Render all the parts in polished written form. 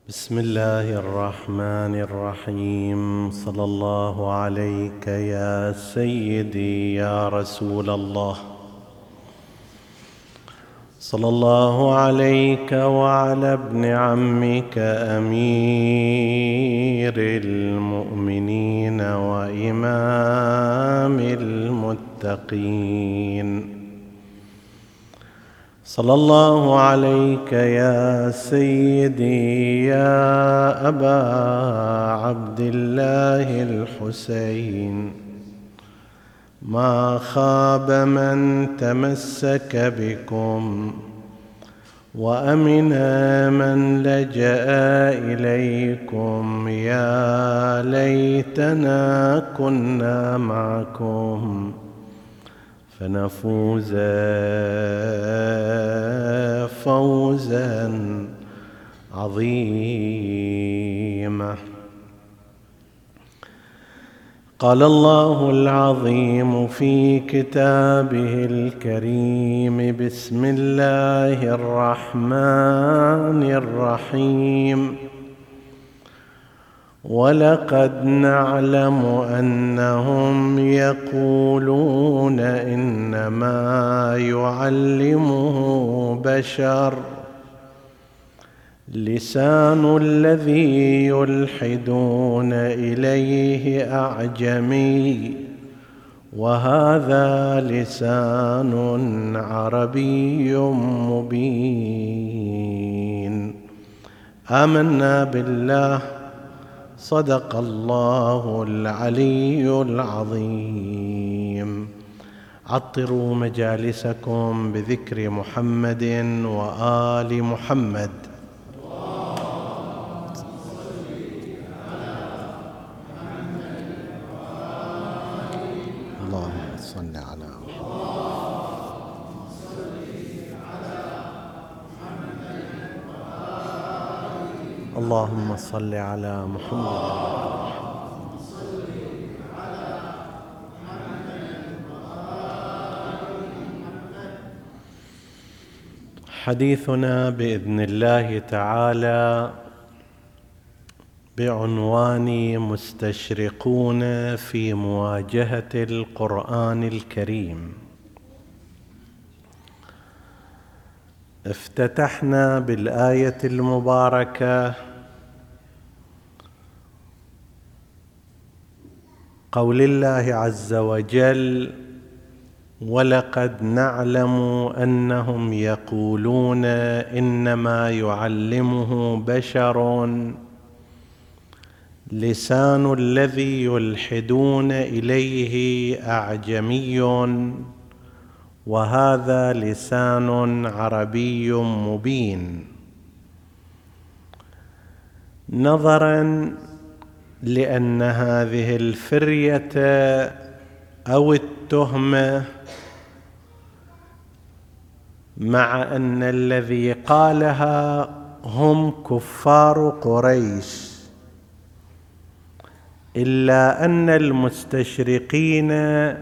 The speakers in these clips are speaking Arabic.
بسم الله الرحمن الرحيم. صلى الله عليك يا سيدي يا رسول الله. صلى الله عليك وعلى ابن عمك أمير المؤمنين وإمام المتقين. صلى الله عليك يا سيدي يا أبا عبد الله الحسين. ما خاب من تمسك بكم وأمن من لجأ إليكم. يا ليتنا كنا معكم فنفوز فوزا عظيما. قال الله العظيم في كتابه الكريم: بسم الله الرحمن الرحيم. ولقد نعلم أنهم يقولون إنما يعلمه بشر. لسان الذي يلحدون إليه أعجمي وهذا لسان عربي مبين. آمنا بالله. صدق الله العلي العظيم. عطروا مجالسكم بذكر محمد وآل محمد. اللهم صل على اللهم صل على محمد. حديثنا بإذن الله تعالى بعنوان مستشرقون في مواجهة القرآن الكريم. افتتحنا بالآية المباركة قول الله عز وجل: ولقد نعلم أنهم يقولون إنما يعلمه بشر لسان الذي يلحدون إليه أعجمي وهذا لسان عربي مبين. نظراً لأن هذه الفرية أو التهمة، مع أن الذي قالها هم كفار قريش، إلا أن المستشرقين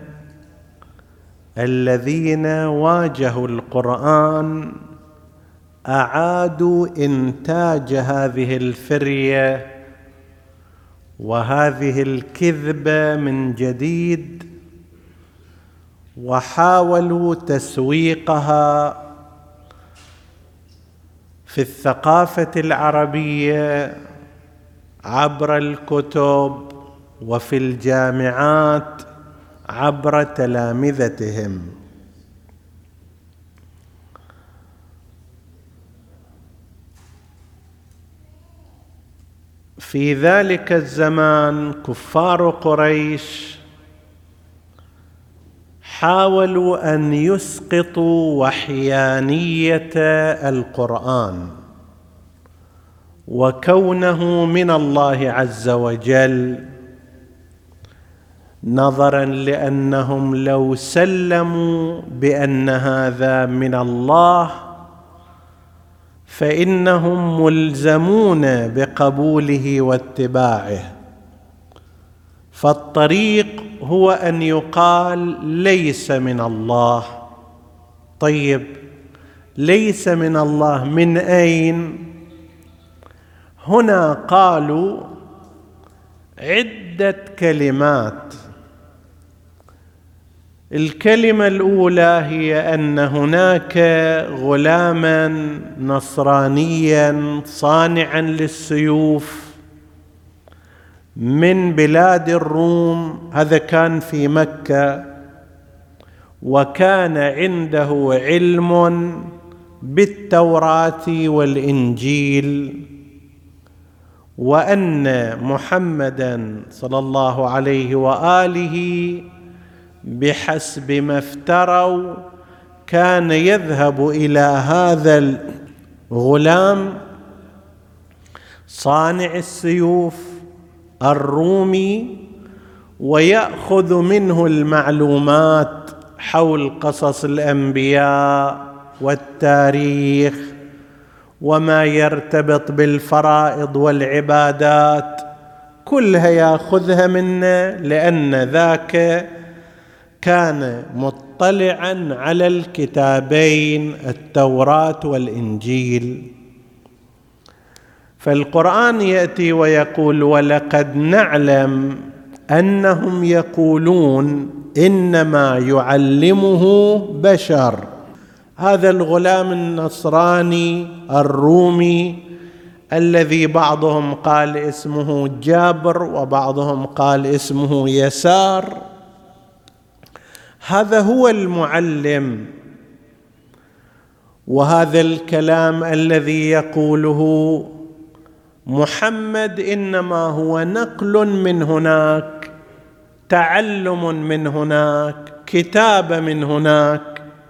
الذين واجهوا القرآن أعادوا إنتاج هذه الفرية وهذه الكذبة من جديد، وحاولوا تسويقها في الثقافة العربية عبر الكتب وفي الجامعات عبر تلامذتهم. في ذلك الزمان كفار قريش حاولوا أن يسقطوا وحيانية القرآن وكونه من الله عز وجل، نظراً لأنهم لو سلموا بأن هذا من الله فإنهم ملزمون بقبوله واتباعه. فالطريق هو أن يقال ليس من الله. طيب، ليس من الله من أين؟ هنا قالوا عدة كلمات. الكلمة الأولى هي أن هناك غلاما نصرانيا صانعا للسيوف من بلاد الروم، هذا كان في مكة، وكان عنده علم بالتوراة والإنجيل، وأن محمدًا صلى الله عليه وآله بحسب ما افتروا كان يذهب إلى هذا الغلام صانع السيوف الرومي ويأخذ منه المعلومات حول قصص الأنبياء والتاريخ وما يرتبط بالفرائض والعبادات، كلها يأخذها منه، لأن ذاك كان مطلعا على الكتابين التوراة والإنجيل. فالقرآن يأتي ويقول: ولقد نعلم أنهم يقولون إنما يعلمه بشر. هذا الغلام النصراني الرومي الذي بعضهم قال اسمه جابر وبعضهم قال اسمه يسار، هذا هو المعلم. وهذا الكلام الذي يقوله محمد إنما هو نقل من هناك، تعلم من هناك، كتابة من هناك،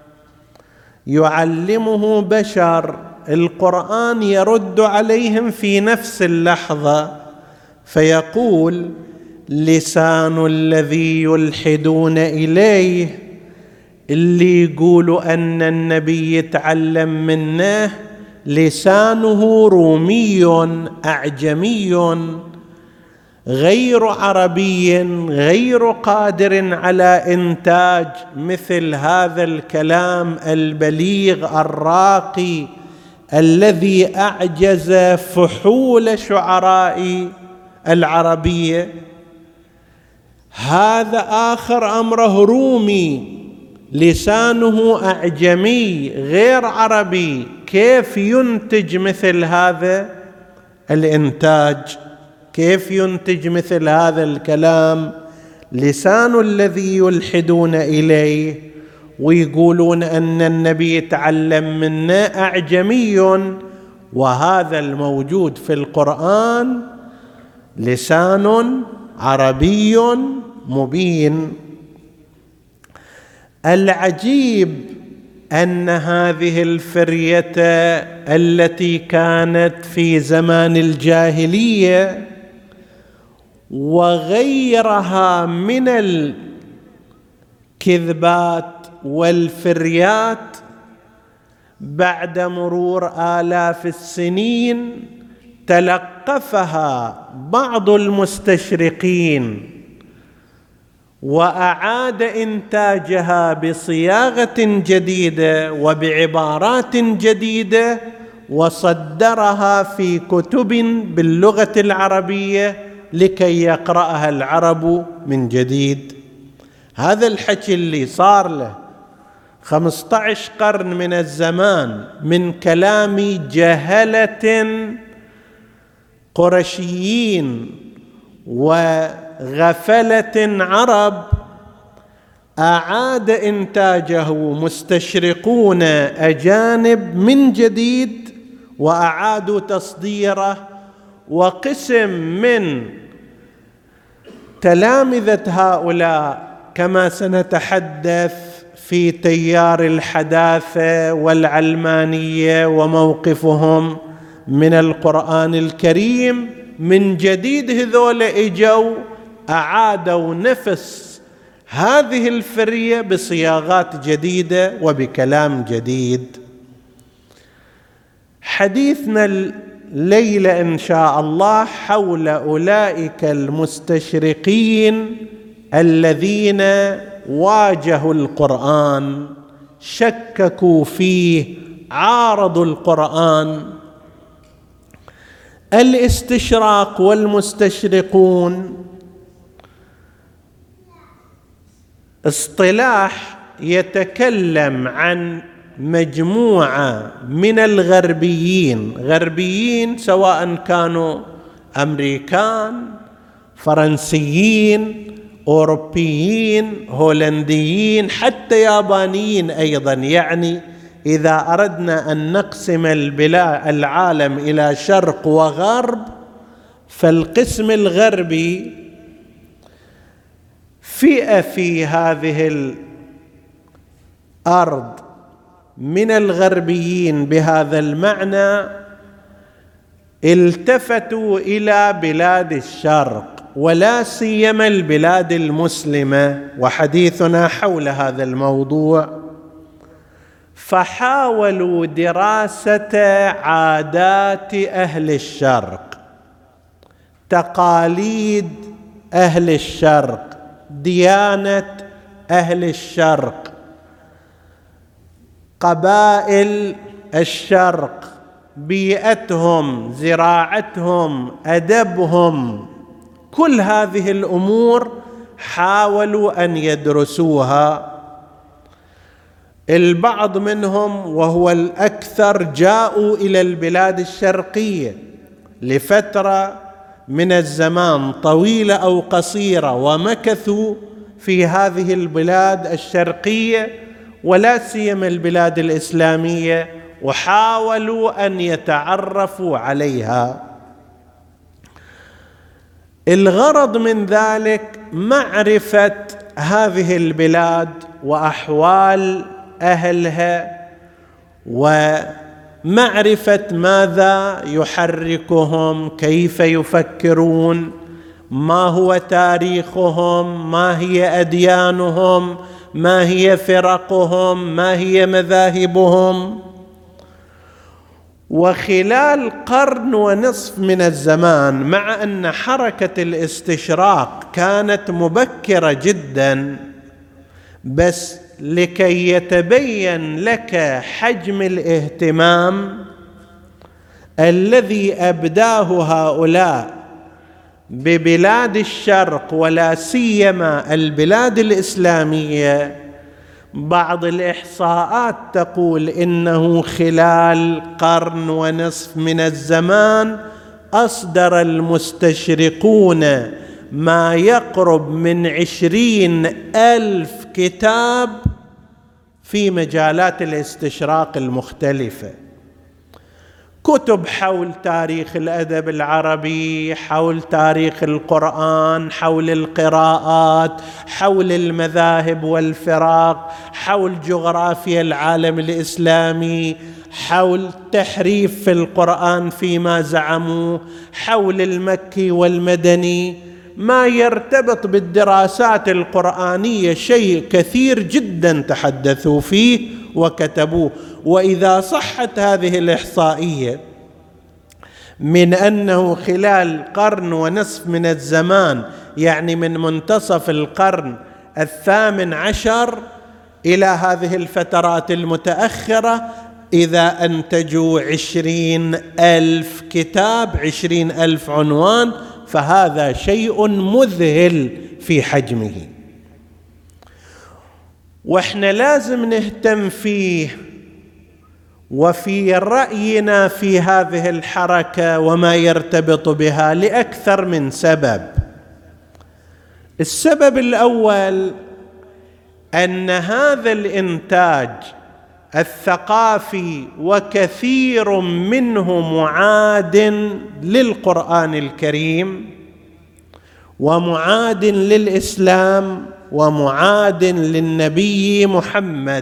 يعلمه بشر. القرآن يرد عليهم في نفس اللحظة فيقول: لسان الذي يلحدون إليه، اللي يقولوا أن النبي يتعلم منه لسانه رومي أعجمي غير عربي، غير قادر على إنتاج مثل هذا الكلام البليغ الراقي الذي أعجز فحول شعراء العربية. هذا آخر أمره رومي، لسانه أعجمي غير عربي، كيف ينتج مثل هذا الإنتاج؟ كيف ينتج مثل هذا الكلام؟ لسان الذي يلحدون إليه ويقولون أن النبي يتعلم منه أعجمي، وهذا الموجود في القرآن لسان عربي مبين. العجيب أن هذه الفرية التي كانت في زمان الجاهلية وغيرها من الكذبات والفريات بعد مرور آلاف السنين تلقفها بعض المستشرقين وأعاد إنتاجها بصياغة جديدة وبعبارات جديدة وصدرها في كتب باللغة العربية لكي يقرأها العرب من جديد. هذا الحكي اللي صار له 15 قرن من الزمان من كلام جهلة قرشيين وغفلة عرب، أعاد إنتاجه مستشرقون أجانب من جديد وأعادوا تصديره. وقسم من تلامذة هؤلاء كما سنتحدث في تيار الحداثة والعلمانية وموقفهم من القرآن الكريم من جديد، هذول اجوا أعادوا نفس هذه الفرية بصياغات جديدة وبكلام جديد. حديثنا الليلة إن شاء الله حول أولئك المستشرقين الذين واجهوا القرآن، شككوا فيه، عارضوا القرآن. الاستشراق والمستشرقون اصطلاح يتكلم عن مجموعة من غربيين سواء كانوا أمريكان، فرنسيين، أوروبيين، هولنديين، حتى يابانيين أيضا. يعني إذا أردنا أن نقسم العالم إلى شرق وغرب، فالقسم الغربي فئة في هذه الأرض من الغربيين بهذا المعنى التفتوا إلى بلاد الشرق، ولا سيما البلاد المسلمة، وحديثنا حول هذا الموضوع، فحاولوا دراسة عادات أهل الشرق، تقاليد أهل الشرق، ديانة أهل الشرق، قبائل الشرق، بيئتهم، زراعتهم، أدبهم، كل هذه الأمور حاولوا أن يدرسوها. البعض منهم وهو الأكثر جاءوا إلى البلاد الشرقية لفترة من الزمان طويلة أو قصيرة، ومكثوا في هذه البلاد الشرقية ولا سيما البلاد الإسلامية، وحاولوا أن يتعرفوا عليها. الغرض من ذلك معرفة هذه البلاد وأحوال أهلها، ومعرفة ماذا يحركهم، كيف يفكرون، ما هو تاريخهم، ما هي أديانهم، ما هي فرقهم، ما هي مذاهبهم. وخلال قرن ونصف من الزمان، مع أن حركة الاستشراق كانت مبكرة جدا، بس لكي يتبين لك حجم الاهتمام الذي أبداه هؤلاء ببلاد الشرق ولا سيما البلاد الإسلامية، بعض الإحصاءات تقول إنه خلال قرن ونصف من الزمان أصدر المستشرقون ما يقرب من 20,000 كتاب في مجالات الاستشراق المختلفة، كتب حول تاريخ الأدب العربي، حول تاريخ القرآن، حول القراءات، حول المذاهب والفرق، حول جغرافيا العالم الإسلامي، حول تحريف في القرآن فيما زعموا، حول المكي والمدني، ما يرتبط بالدراسات القرآنية شيء كثير جدا تحدثوا فيه وكتبوه. وإذا صحت هذه الإحصائية من أنه خلال قرن ونصف من الزمان، يعني من منتصف القرن 18 إلى هذه الفترات المتأخرة، إذا أنتجوا 20,000 كتاب، 20,000 عنوان، فهذا شيء مذهل في حجمه، وإحنا لازم نهتم فيه وفي رأينا في هذه الحركة وما يرتبط بها لأكثر من سبب. السبب الأول أن هذا الإنتاج الثقافي وكثير منه معاد للقرآن الكريم، ومعاد للإسلام، ومعاد للنبي محمد.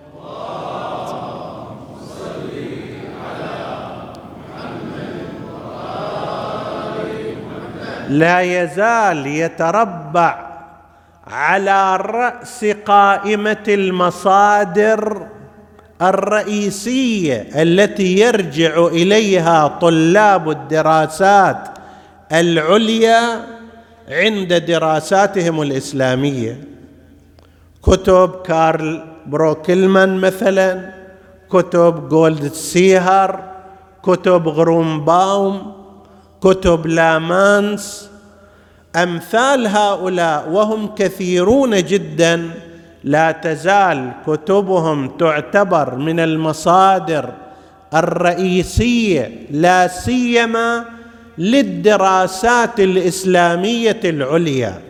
لا يزال يتربع على رأس قائمة المصادر الرئيسية التي يرجع إليها طلاب الدراسات العليا عند دراساتهم الإسلامية. كتب كارل بروكلمان مثلا، كتب جولد سيهر، كتب غرومباوم، كتب لامانس، أمثال هؤلاء وهم كثيرون جدا، لا تزال كتبهم تعتبر من المصادر الرئيسية لا سيما للدراسات الإسلامية العليا.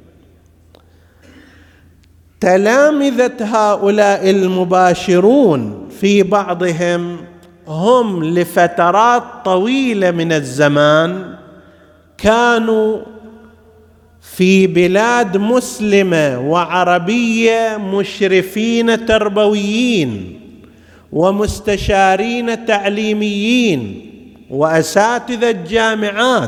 تلامذة هؤلاء المباشرون في بعضهم هم لفترات طويلة من الزمان كانوا في بلاد مسلمة وعربية مشرفين تربويين ومستشارين تعليميين وأساتذة جامعات.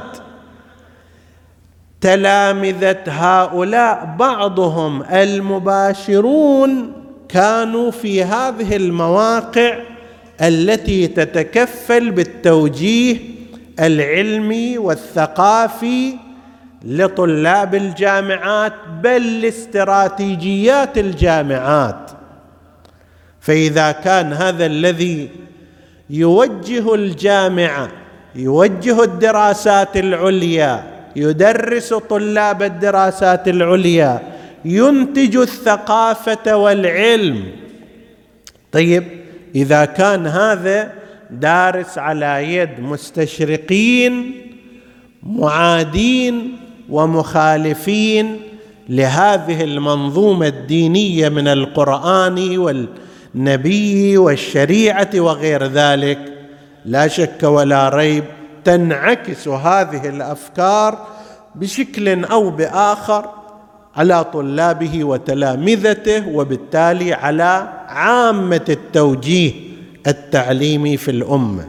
تلامذة هؤلاء بعضهم المباشرون كانوا في هذه المواقع التي تتكفل بالتوجيه العلمي والثقافي لطلاب الجامعات، بل لاستراتيجيات الجامعات. فإذا كان هذا الذي يوجه الجامعة، يوجه الدراسات العليا، يدرس طلاب الدراسات العليا، ينتج الثقافة والعلم، طيب إذا كان هذا دارس على يد مستشرقين معادين ومخالفين لهذه المنظومة الدينية من القرآن والنبي والشريعة وغير ذلك، لا شك ولا ريب تنعكس هذه الأفكار بشكل أو بآخر على طلابه وتلامذته، وبالتالي على عامة التوجيه التعليمي في الأمة.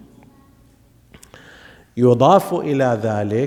يضاف إلى ذلك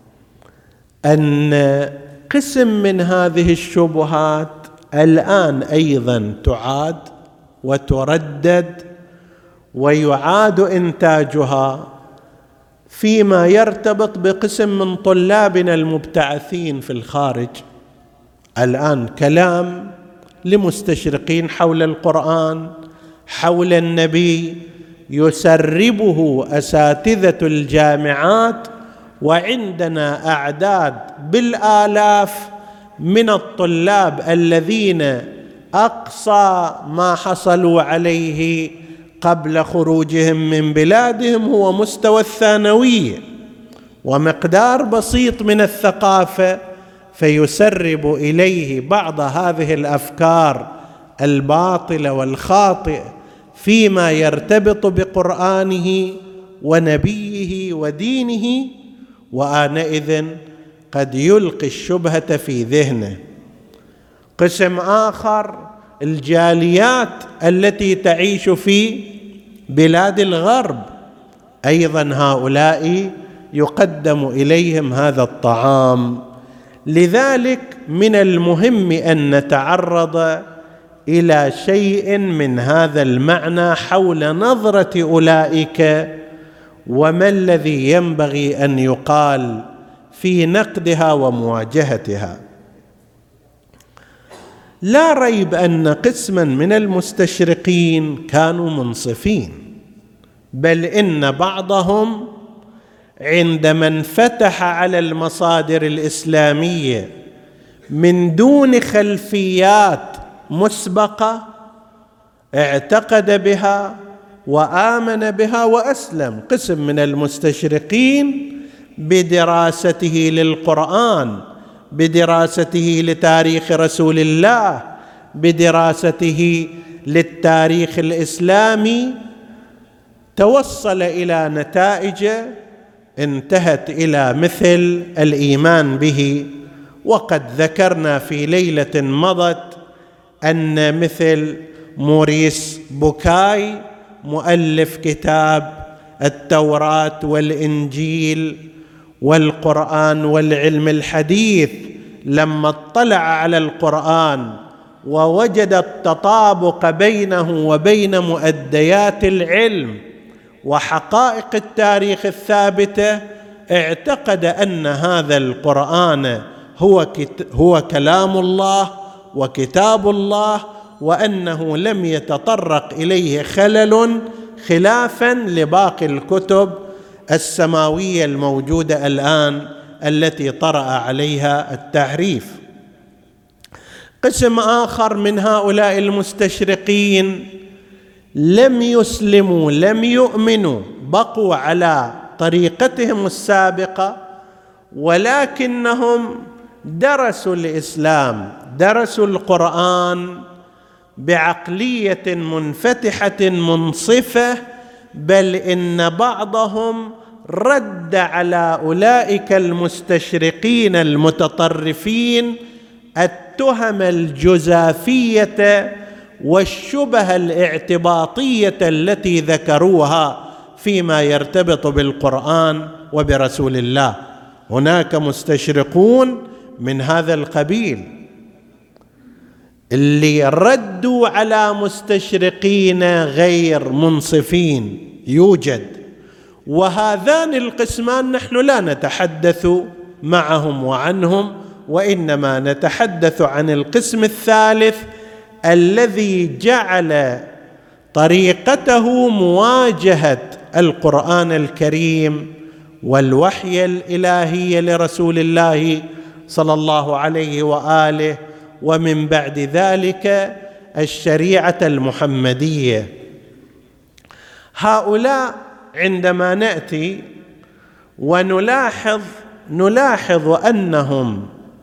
أن قسم من هذه الشبهات الآن أيضا تعاد وتردد ويعاد إنتاجها فيما يرتبط بقسم من طلابنا المبتعثين في الخارج. الآن كلام لمستشرقين حول القرآن، حول النبي، يسربه أساتذة الجامعات، وعندنا أعداد بالآلاف من الطلاب الذين أقصى ما حصلوا عليه قبل خروجهم من بلادهم هو مستوى الثانوية ومقدار بسيط من الثقافة، فيسرب إليه بعض هذه الأفكار الباطلة والخاطئة فيما يرتبط بقرآنه ونبيه ودينه، وآنئذ قد يلقي الشبهة في ذهنه. قسم آخر الجاليات التي تعيش في بلاد الغرب، أيضا هؤلاء يقدم إليهم هذا الطعام. لذلك من المهم أن نتعرض إلى شيء من هذا المعنى حول نظرة أولئك، وما الذي ينبغي أن يقال في نقدها ومواجهتها. لا ريب أن قسما من المستشرقين كانوا منصفين، بل إن بعضهم عندما انفتح على المصادر الإسلامية من دون خلفيات مسبقة اعتقد بها وآمن بها وأسلم. قسم من المستشرقين بدراسته للقرآن، بدراسته لتاريخ رسول الله، بدراسته للتاريخ الإسلامي، توصل إلى نتائج انتهت إلى مثل الإيمان به. وقد ذكرنا في ليلة مضت أن مثل موريس بوكاي مؤلف كتاب التوراة والإنجيل والقرآن والعلم الحديث، لما اطلع على القرآن ووجد التطابق بينه وبين مؤديات العلم وحقائق التاريخ الثابتة، اعتقد أن هذا القرآن هو كلام الله وكتاب الله، وأنه لم يتطرق إليه خلل خلافا لباقي الكتب السماوية الموجودة الآن التي طرأ عليها التحريف. قسم آخر من هؤلاء المستشرقين لم يسلموا، لم يؤمنوا، بقوا على طريقتهم السابقة، ولكنهم درسوا الإسلام، درسوا القرآن بعقلية منفتحة منصفة، بل إن بعضهم رد على أولئك المستشرقين المتطرفين التهم الجزافية والشبه الاعتباطية التي ذكروها فيما يرتبط بالقرآن وبرسول الله. هناك مستشرقون من هذا القبيل اللي ردوا على مستشرقين غير منصفين، يوجد. وهذان القسمان نحن لا نتحدث معهم وعنهم، وإنما نتحدث عن القسم الثالث الذي جعل طريقته مواجهة القرآن الكريم والوحي الإلهي لرسول الله صلى الله عليه وآله، ومن بعد ذلك الشريعة المحمدية. هؤلاء عندما نأتي ونلاحظ أنهم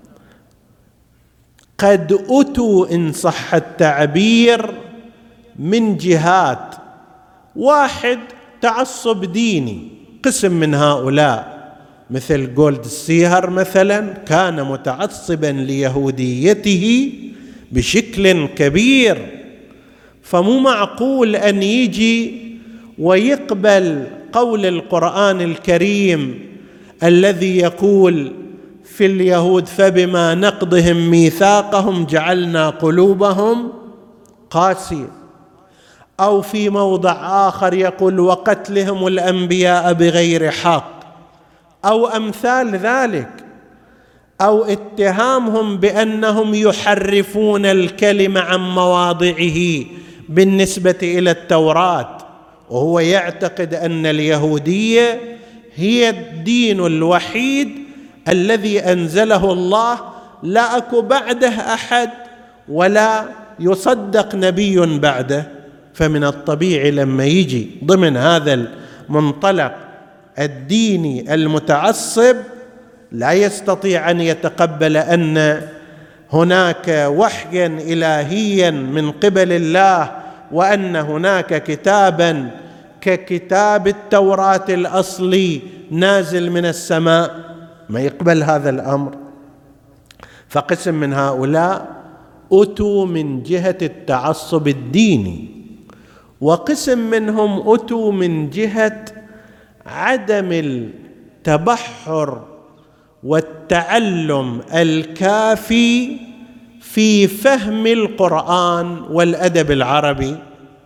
قد أتوا إن صح التعبير من جهات. واحد، تعصب ديني. قسم من هؤلاء مثل جولد سيهر مثلا كان متعصبا ليهوديته بشكل كبير، فمو معقول أن يجي ويقبل قول القرآن الكريم الذي يقول في اليهود فبما نقضهم ميثاقهم جعلنا قلوبهم قاسية، أو في موضع آخر يقول وقتلهم الأنبياء بغير حق، أو أمثال ذلك، أو اتهامهم بأنهم يحرفون الكلمة عن مواضعه بالنسبة إلى التوراة، وهو يعتقد أن اليهودية هي الدين الوحيد الذي أنزله الله، لا أكو بعده أحد ولا يصدق نبي بعده. فمن الطبيعي لما يجي ضمن هذا المنطلق الديني المتعصب لا يستطيع أن يتقبل أن هناك وحيا إلهيا من قبل الله، وأن هناك كتابا ككتاب التوراة الأصلي نازل من السماء، ما يقبل هذا الأمر. فقسم من هؤلاء أتوا من جهة التعصب الديني، وقسم منهم أتوا من جهة عدم التبحر والتعلم الكافي في فهم القرآن والأدب العربي.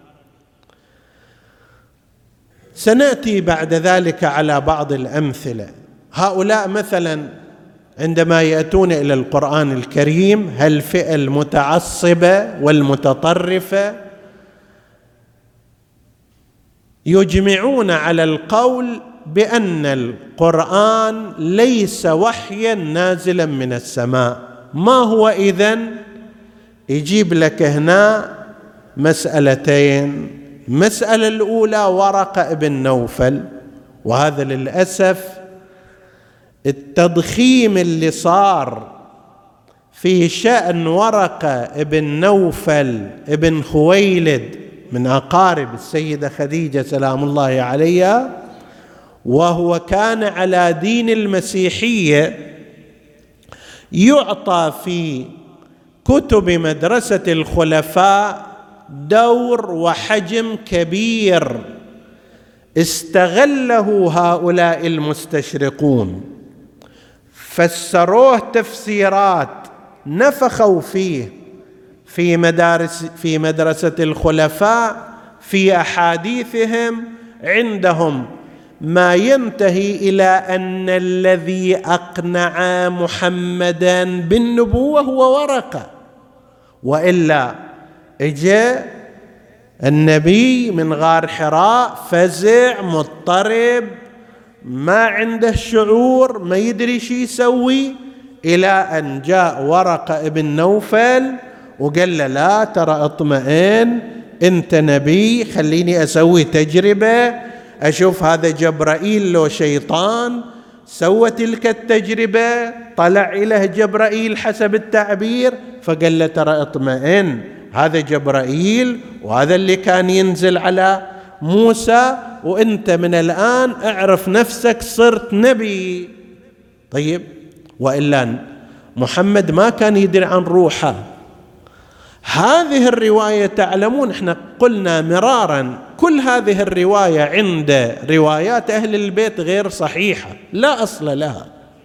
سنأتي بعد ذلك على بعض الأمثلة. هؤلاء مثلا عندما يأتون إلى القرآن الكريم، هالفئة المتعصبة والمتطرفة يجمعون على القول بأن القرآن ليس وحيا نازلا من السماء. ما هو إذن؟ يجيب لك هنا مسألتين. المسألة الأولى ورقة ابن نوفل، وهذا للأسف التضخيم اللي صار في شأن ورقة ابن نوفل ابن خويلد من أقارب السيدة خديجة سلام الله عليها، وهو كان على دين المسيحية، يعطى في كتب مدرسة الخلفاء دور وحجم كبير استغله هؤلاء المستشرقون، فسروه تفسيرات، نفخوا فيه في مدرسة الخلفاء في أحاديثهم. عندهم ما ينتهي إلى أن الذي أقنع محمدا بالنبوة هو ورقة، وإلا جاء النبي من غار حراء فزع مضطرب ما عنده شعور، ما يدري شي يسوي، إلى أن جاء ورقة ابن نوفل وقال له لا ترى اطمئن، أنت نبي، خليني أسوي تجربة أشوف هذا جبرائيل لو شيطان. سوى تلك التجربة، طلع إليه جبرائيل حسب التعبير، فقال له ترى اطمئن، هذا جبرائيل وهذا اللي كان ينزل على موسى، وأنت من الآن اعرف نفسك صرت نبي. طيب، وإلا محمد ما كان يدري عن روحه. هذه الرواية تعلمون احنا قلنا مرارا كل هذه الرواية عند روايات أهل البيت غير صحيحة، لا أصل لها.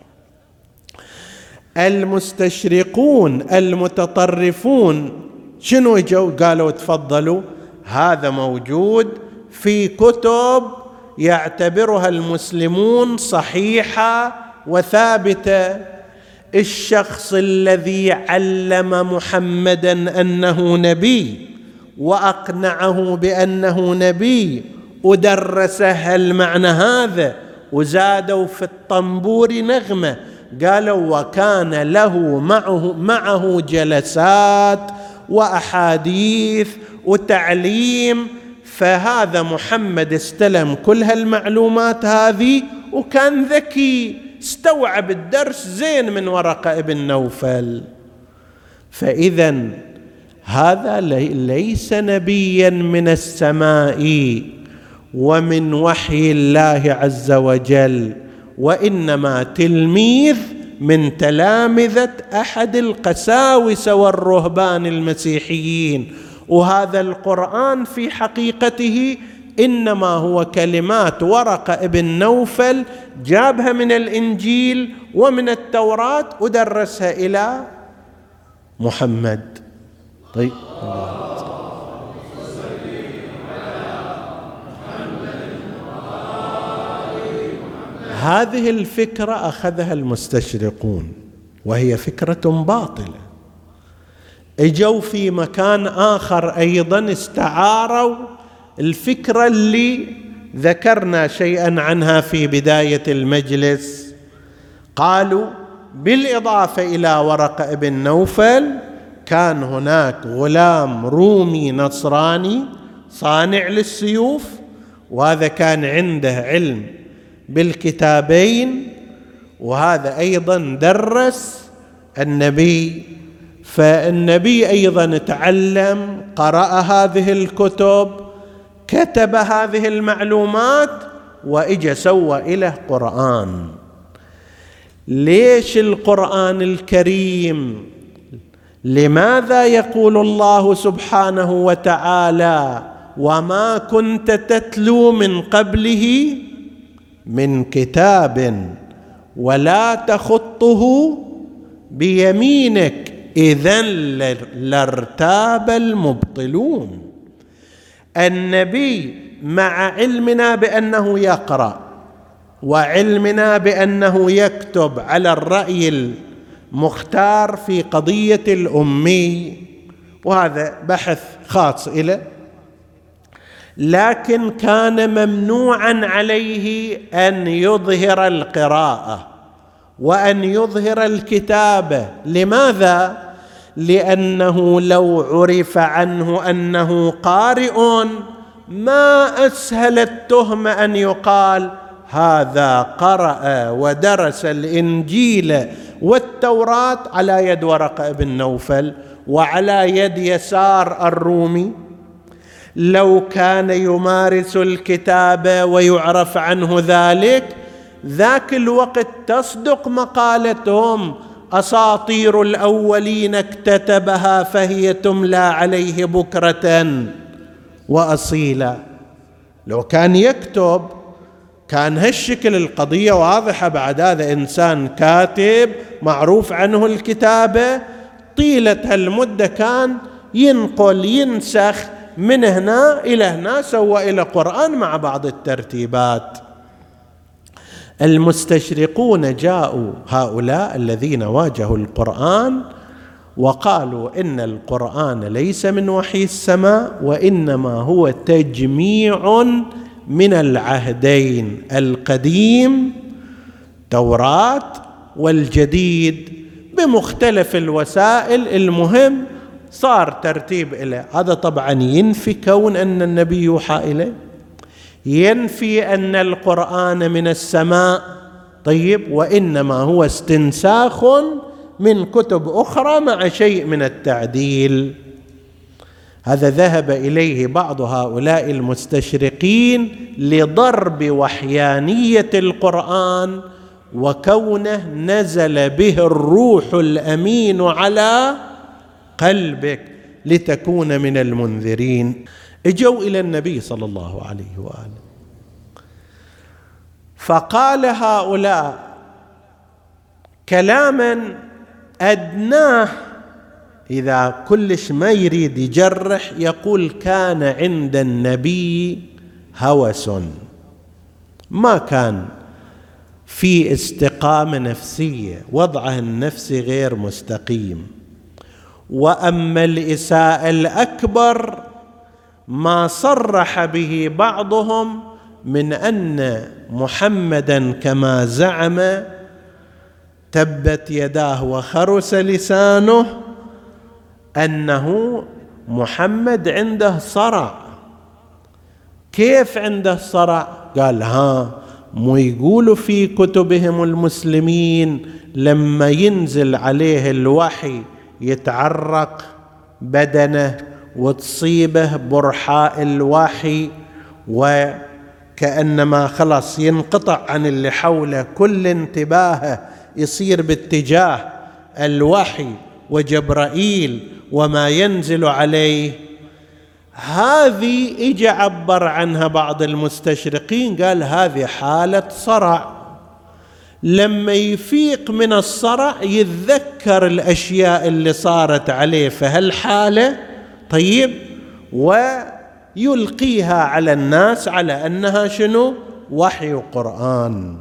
المستشرقون المتطرفون شنو جو قالوا تفضلوا، هذا موجود في كتب يعتبرها المسلمون صحيحة وثابتة. الشخص الذي علم محمدا أنه نبي وأقنعه بأنه نبي ودرسه المعنى هذا، وزادوا في الطنبور نغمة، قالوا وكان له معه جلسات وأحاديث وتعليم، فهذا محمد استلم كل هالمعلومات هذه وكان ذكي، استوعب الدرس زين من ورقة ابن نوفل. فإذا هذا ليس نبيا من السماء ومن وحي الله عز وجل، وإنما تلميذ من تلامذة أحد القساوسة والرهبان المسيحيين. وهذا القرآن في حقيقته إنما هو كلمات ورقة ابن نوفل، جابها من الإنجيل ومن التوراة ودرسها إلى محمد. طيب، هذه الفكرة أخذها المستشرقون وهي فكرة باطلة. اجوا في مكان آخر أيضا استعاروا الفكرة اللي ذكرنا شيئا عنها في بداية المجلس. قالوا بالإضافة إلى ورقة ابن نوفل كان هناك غلام رومي نصراني صانع للسيوف، وهذا كان عنده علم بالكتابين، وهذا أيضا درس النبي، فالنبي أيضا تعلم، قرأ هذه الكتب، كتب هذه المعلومات، وإجا سوى إله قرآن. ليش القرآن الكريم؟ لماذا يقول الله سبحانه وتعالى وما كنت تتلو من قبله من كتاب ولا تخطه بيمينك إذا لارتاب المبطلون؟ النبي مع علمنا بأنه يقرأ وعلمنا بأنه يكتب على الرأي المختار في قضية الأمي، وهذا بحث خاص إليه، لكن كان ممنوعا عليه أن يظهر القراءة وأن يظهر الكتابة. لماذا؟ لأنه لو عرف عنه أنه قارئ ما أسهل التهم أن يقال هذا قرأ ودرس الإنجيل والتوراة على يد ورقة ابن نوفل وعلى يد يسار الرومي. لو كان يمارس الكتابة ويعرف عنه ذلك، ذاك الوقت تصدق مقالتهم أساطير الأولين اكتتبها فهي تملى عليه بكرة وأصيلا. لو كان يكتب كان هالشكل القضية واضحة. بعد هذا إنسان كاتب معروف عنه الكتابة، طيلة هالمدة كان ينقل ينسخ من هنا إلى هنا، سوى إلى قرآن مع بعض الترتيبات. المستشرقون جاءوا هؤلاء الذين واجهوا القرآن وقالوا إن القرآن ليس من وحي السماء، وإنما هو تجميع من العهدين القديم توراة والجديد بمختلف الوسائل. المهم صار ترتيب إليه. هذا طبعا ينفي كون أن النبي يوحى إليه، ينفي أن القرآن من السماء، طيب، وإنما هو استنساخ من كتب أخرى مع شيء من التعديل. هذا ذهب إليه بعض هؤلاء المستشرقين لضرب وحيانية القرآن وكونه نزل به الروح الأمين على قلبك لتكون من المنذرين. اجوا إلى النبي صلى الله عليه وآله فقال هؤلاء كلاما أدناه، إذا كلش ما يريد يجرح يقول كان عند النبي هوس، ما كان في استقامة نفسية، وضعه النفسي غير مستقيم. وأما الإساءة الأكبر ما صرح به بعضهم من أن محمدا كما زعم تبت يداه وخرس لسانه، أنه محمد عنده صرع. كيف عنده صرع؟ قال مو يقولوا في كتبهم المسلمين لما ينزل عليه الوحي يتعرق بدنه وتصيبه برحاء الوحي وكأنما خلاص ينقطع عن اللي حوله، كل انتباهه يصير باتجاه الوحي وجبرائيل وما ينزل عليه. هذه اجى عبر عنها بعض المستشرقين، قال هذه حالة صرع، لما يفيق من الصرع يتذكر الأشياء اللي صارت عليه في هالحالة، طيب، ويلقيها على الناس على أنها شنو؟ وحي قرآن.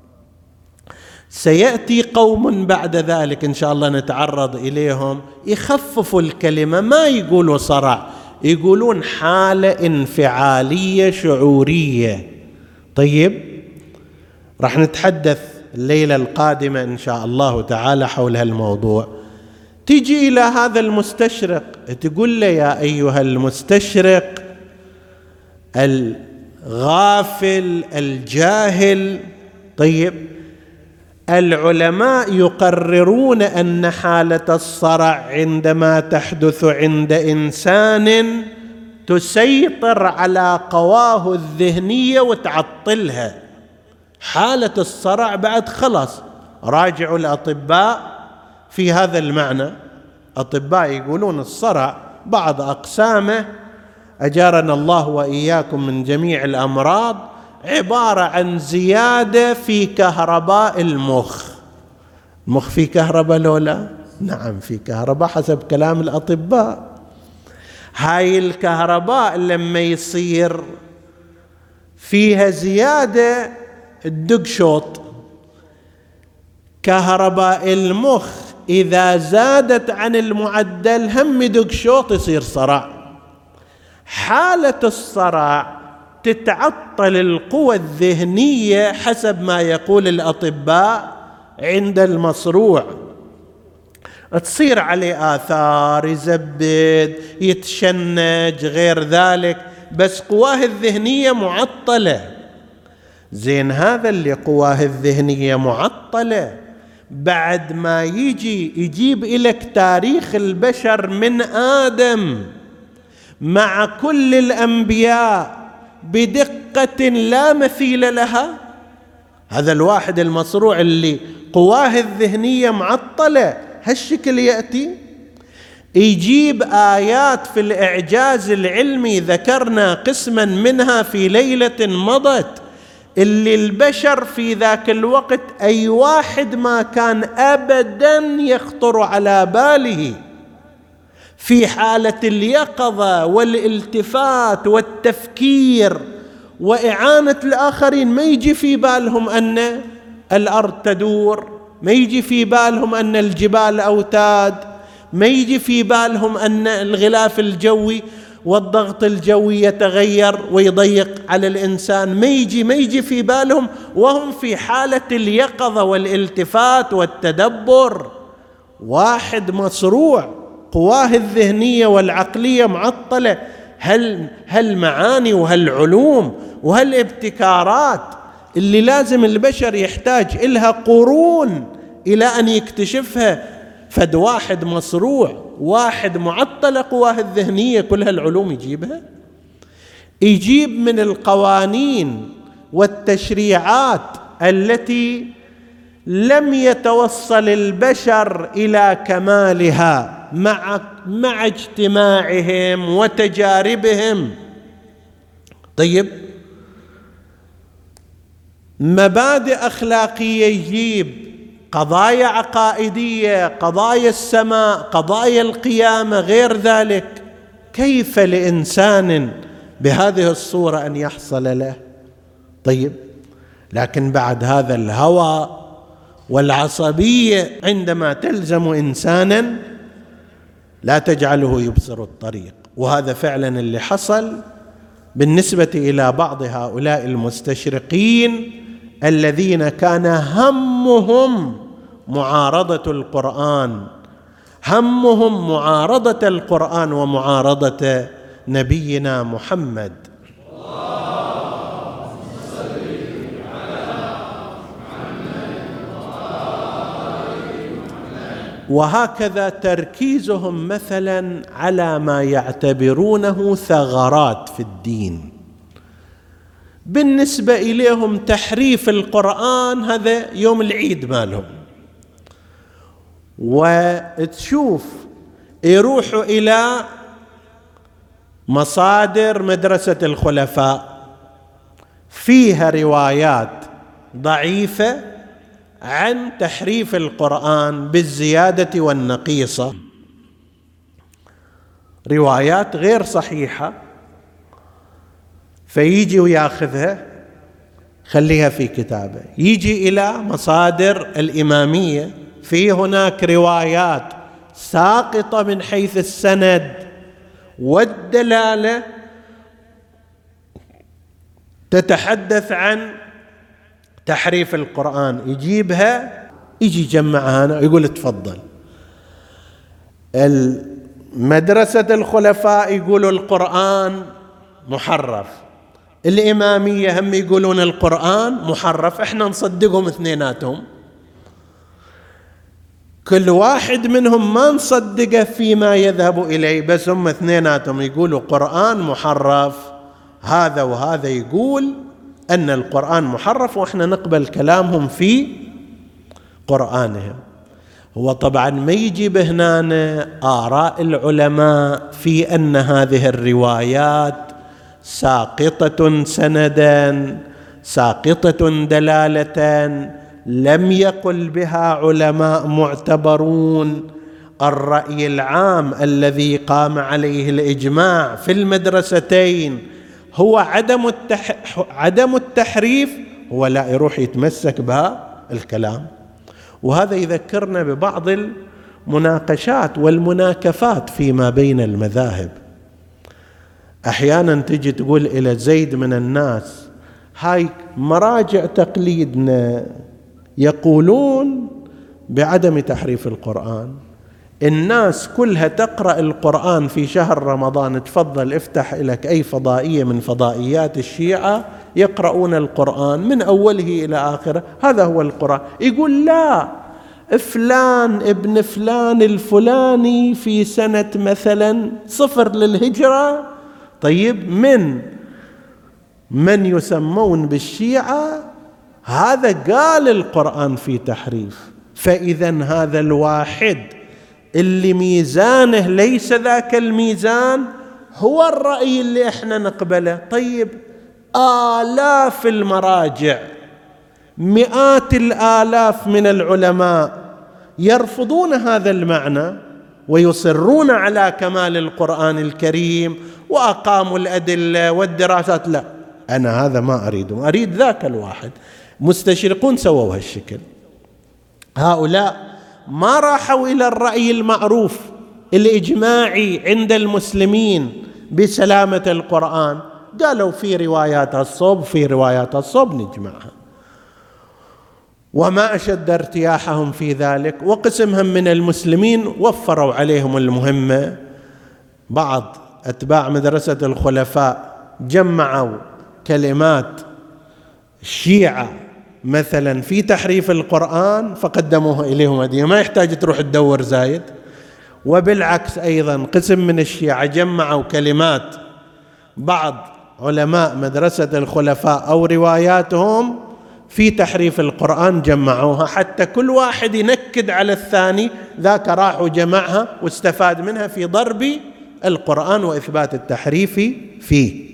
سيأتي قوم بعد ذلك إن شاء الله نتعرض إليهم يخففوا الكلمة، ما يقولوا صرع، يقولون حالة انفعالية شعورية. طيب، راح نتحدث الليلة القادمة إن شاء الله تعالى حول هالموضوع. تجي إلى هذا المستشرق تقول له يا أيها المستشرق الغافل الجاهل، طيب، العلماء يقررون أن حالة الصرع عندما تحدث عند إنسان تسيطر على قواه الذهنية وتعطلها. حالة الصرع بعد خلاص، راجعوا الأطباء في هذا المعنى. أطباء يقولون الصرع بعض أقسامه أجارنا الله وإياكم من جميع الأمراض عبارة عن زيادة في كهرباء المخ. المخ في كهرباء لولا؟ نعم في كهرباء حسب كلام الأطباء. هاي الكهرباء لما يصير فيها زيادة الدق شوط. كهرباء المخ إذا زادت عن المعدل هم يدق شوط يصير صرع. حالة الصرع تتعطل القوى الذهنية حسب ما يقول الأطباء عند المصروع، تصير عليه آثار، يزبد، يتشنج، غير ذلك، بس قواه الذهنية معطلة. زين، هذا اللي قواه الذهنية معطلة بعد ما يجيب إليك تاريخ البشر من آدم مع كل الأنبياء بدقة لا مثيل لها. هذا الواحد المصروع اللي قواه الذهنية معطلة هالشكل يأتي، يجيب آيات في الإعجاز العلمي ذكرنا قسما منها في ليلة مضت، اللي البشر في ذاك الوقت أي واحد ما كان أبدا يخطر على باله في حالة اليقظة والالتفات والتفكير وإعانة الآخرين، ما يجي في بالهم أن الأرض تدور، ما يجي في بالهم أن الجبال أوتاد، ما يجي في بالهم أن الغلاف الجوي، والضغط الجوي يتغير ويضيق على الإنسان، ما يجي في بالهم وهم في حالة اليقظة والالتفات والتدبر. واحد مصروع، قواه الذهنية والعقلية معطلة، هالمعاني وهالعلوم وهالابتكارات اللي لازم البشر يحتاج إلها قرون إلى أن يكتشفها، فد واحد مصروع، واحد معطل قواه الذهنية، كل هالعلوم يجيبها؟ يجيب من القوانين والتشريعات التي لم يتوصل البشر إلى كمالها مع اجتماعهم وتجاربهم. طيب، مبادئ أخلاقية يجيب، قضايا عقائدية، قضايا السماء، قضايا القيامة، غير ذلك. كيف لإنسان بهذه الصورة أن يحصل له؟ طيب، لكن بعد هذا الهوى والعصبية عندما تلزم إنسانا لا تجعله يبصر الطريق. وهذا فعلا اللي حصل بالنسبة إلى بعض هؤلاء المستشرقين الذين كان همهم معارضة القرآن، همهم معارضة القرآن ومعارضة نبينا محمد. وهكذا تركيزهم مثلا على ما يعتبرونه ثغرات في الدين، بالنسبة إليهم تحريف القرآن هذا يوم العيد مالهم. وتشوف يروحوا إلى مصادر مدرسة الخلفاء فيها روايات ضعيفة عن تحريف القرآن بالزيادة والنقيصة، روايات غير صحيحة، فيجي وياخذها خليها في كتابه. يجي إلى مصادر الإمامية، في هناك روايات ساقطة من حيث السند والدلالة تتحدث عن تحريف القرآن، يجيبها، يجي يجمعها هنا يقول تفضل. مدرسة الخلفاء يقولوا القرآن محرف، الإمامية هم يقولون القرآن محرف، احنا نصدقهم اثنيناتهم، كل واحد منهم ما نصدقه فيما يذهب إليه، بس هم اثنيناتهم يقولوا قرآن محرف. هذا وهذا يقول أن القرآن محرف وإحنا نقبل كلامهم في قرآنهم. هو طبعا ما يجيب هنا آراء العلماء في أن هذه الروايات ساقطة سندا، ساقطة دلالة، لم يقل بها علماء معتبرون. الرأي العام الذي قام عليه الإجماع في المدرستين هو عدم التحريف، هو لا يروح يتمسك بها الكلام. وهذا يذكرنا ببعض المناقشات والمناكفات فيما بين المذاهب. أحيانا تجي تقول إلى زيد من الناس هاي مراجع تقليدنا يقولون بعدم تحريف القرآن، الناس كلها تقرأ القرآن في شهر رمضان، تفضل افتح لك أي فضائية من فضائيات الشيعة يقرؤون القرآن من أوله إلى آخره، هذا هو القرآن. يقول لا، فلان ابن فلان الفلاني في سنة مثلا 0 للهجرة، طيب من يسمون بالشيعة هذا قال القرآن في تحريف. فإذا هذا الواحد اللي ميزانه ليس ذاك الميزان هو الرأي اللي احنا نقبله. طيب، آلاف المراجع، مئات الآلاف من العلماء يرفضون هذا المعنى ويصرون على كمال القرآن الكريم وأقاموا الأدلة والدراسات. لا، أنا هذا ما أريده، أريد ذاك الواحد. مستشرقون سووا هالشكل، هؤلاء ما راحوا إلى الرأي المعروف الإجماعي عند المسلمين بسلامة القرآن؟ قالوا في روايات الصوب، في روايات الصوب نجمعها. وما أشد ارتياحهم في ذلك. وقسمهم من المسلمين وفروا عليهم المهمة. بعض أتباع مدرسة الخلفاء جمعوا كلمات الشيعة مثلا في تحريف القرآن فقدموها إليهم هدية، ما يحتاج تروح تدور زايد. وبالعكس أيضا قسم من الشيعة جمعوا كلمات بعض علماء مدرسة الخلفاء أو رواياتهم في تحريف القرآن، جمعوها حتى كل واحد ينكد على الثاني، ذاك راح وجمعها واستفاد منها في ضرب القرآن وإثبات التحريف فيه.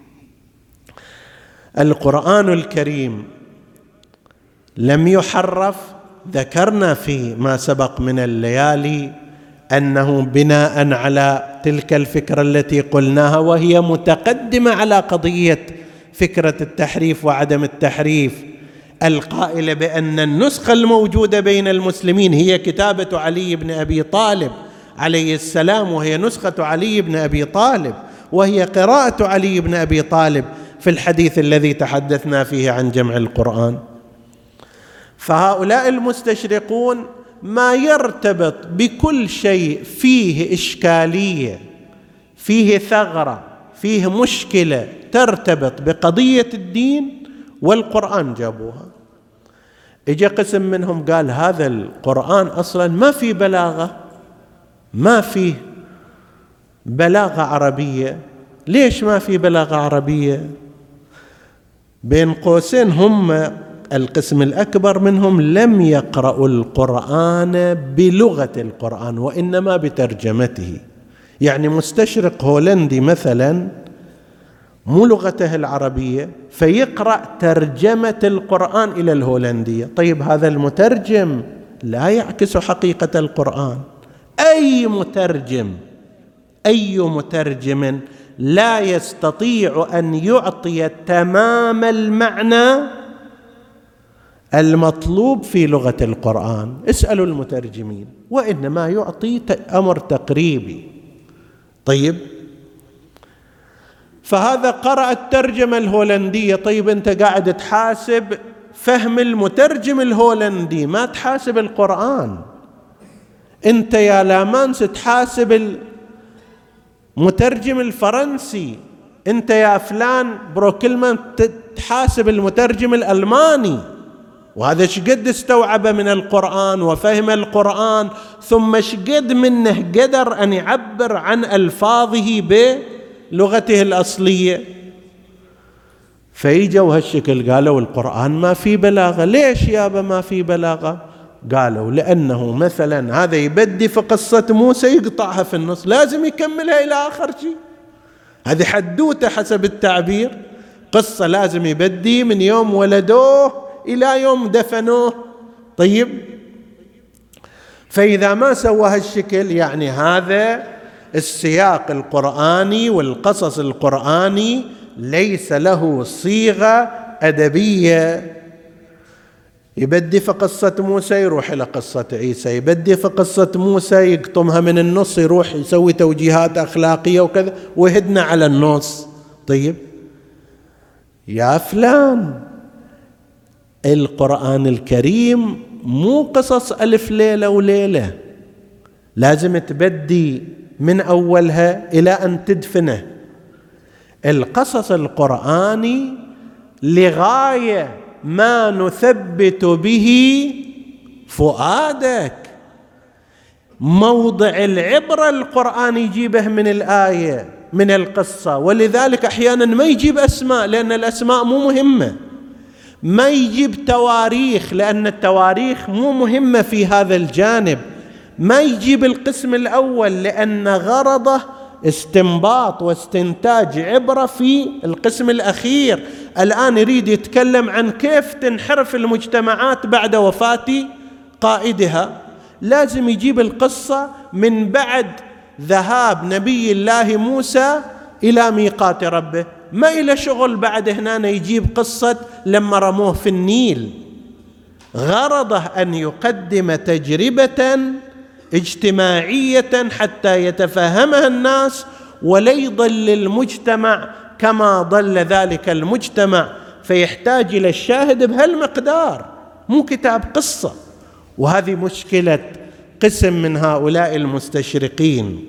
القرآن الكريم لم يحرف. ذكرنا في ما سبق من الليالي أنه بناء على تلك الفكرة التي قلناها، وهي متقدمة على قضية فكرة التحريف وعدم التحريف، القائلة بأن النسخة الموجودة بين المسلمين هي كتابة علي بن أبي طالب عليه السلام، وهي نسخة علي بن أبي طالب، وهي قراءة علي بن أبي طالب في الحديث الذي تحدثنا فيه عن جمع القرآن. فهؤلاء المستشرقون ما يرتبط بكل شيء فيه إشكالية، فيه ثغرة، فيه مشكلة ترتبط بقضية الدين والقرآن جابوها. اجى قسم منهم قال هذا القرآن أصلا ما في بلاغة، ما في بلاغة عربية. ليش ما في بلاغة عربية؟ بين قوسين هم القسم الأكبر منهم لم يقرأوا القرآن بلغة القرآن وإنما بترجمته. يعني مستشرق هولندي مثلا مو لغته العربية فيقرأ ترجمة القرآن إلى الهولندية. طيب هذا المترجم لا يعكس حقيقة القرآن. أي مترجم لا يستطيع أن يعطي تمام المعنى المطلوب في لغة القرآن. اسألوا المترجمين، وإنما يعطي أمر تقريبي. طيب فهذا قرأ الترجمة الهولندية. طيب أنت قاعد تحاسب فهم المترجم الهولندي، ما تحاسب القرآن. أنت يا لامانس تحاسب المترجم الفرنسي، أنت يا فلان بروكلمان تحاسب المترجم الألماني. وهذا شقد استوعب من القرآن وفهم القرآن، ثم شقد منه قدر أن يعبر عن ألفاظه بلغته الأصلية. فيجوا هالشكل قالوا القرآن ما في بلاغة. ليش يابا ما في بلاغة؟ قالوا لأنه مثلا هذا يبدي في قصة موسى يقطعها في النص، لازم يكملها إلى آخر شيء. هذه حدوته حسب التعبير، قصة لازم يبدي من يوم ولدوه إلى يوم دفنوه. طيب فإذا ما سوى هالشكل يعني هذا السياق القرآني والقصص القرآني ليس له صيغة أدبية. يبدي في قصة موسى يروح إلى قصة عيسى، يبدي في قصة موسى يقطمها من النص يروح يسوي توجيهات أخلاقية وكذا ويهدنا على النص. طيب يا فلان القرآن الكريم مو قصص ألف ليلة وليلة، لازم تبدي من أولها إلى أن تدفنه. القصص القرآني لغاية ما نثبت به فؤادك. موضع العبرة القرآن يجيبه من الآية من القصة، ولذلك أحيانا ما يجيب أسماء لأن الأسماء مو مهمة، ما يجيب تواريخ لأن التواريخ مو مهمة في هذا الجانب، ما يجيب القسم الأول لأن غرضه استنباط واستنتاج عبرة في القسم الأخير. الآن يريد يتكلم عن كيف تنحرف المجتمعات بعد وفاة قائدها، لازم يجيب القصة من بعد ذهاب نبي الله موسى إلى ميقات ربه، ما إلى شغل بعد هنا يجيب قصة لما رموه في النيل. غرضه أن يقدم تجربة اجتماعية حتى يتفهمها الناس ولا يضل المجتمع كما ضل ذلك المجتمع، فيحتاج إلى الشاهد بهالمقدار، مو كتاب قصة. وهذه مشكلة قسم من هؤلاء المستشرقين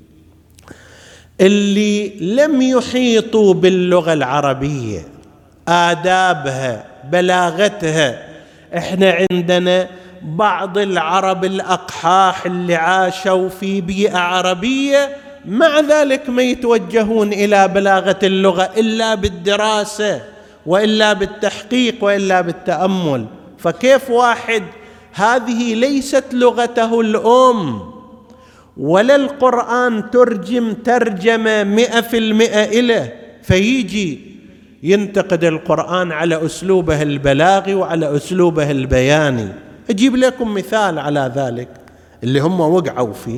اللي لم يحيطوا باللغة العربية، آدابها، بلاغتها. احنا عندنا بعض العرب الأقحاح اللي عاشوا في بيئة عربية، مع ذلك ما يتوجهون إلى بلاغة اللغة إلا بالدراسة وإلا بالتحقيق وإلا بالتأمل. فكيف واحد هذه ليست لغته الأم، ولا القرآن ترجم ترجمة 100% إله، فيجي ينتقد القرآن على أسلوبه البلاغي وعلى أسلوبه البياني؟ أجيب لكم مثال على ذلك اللي هم وقعوا فيه.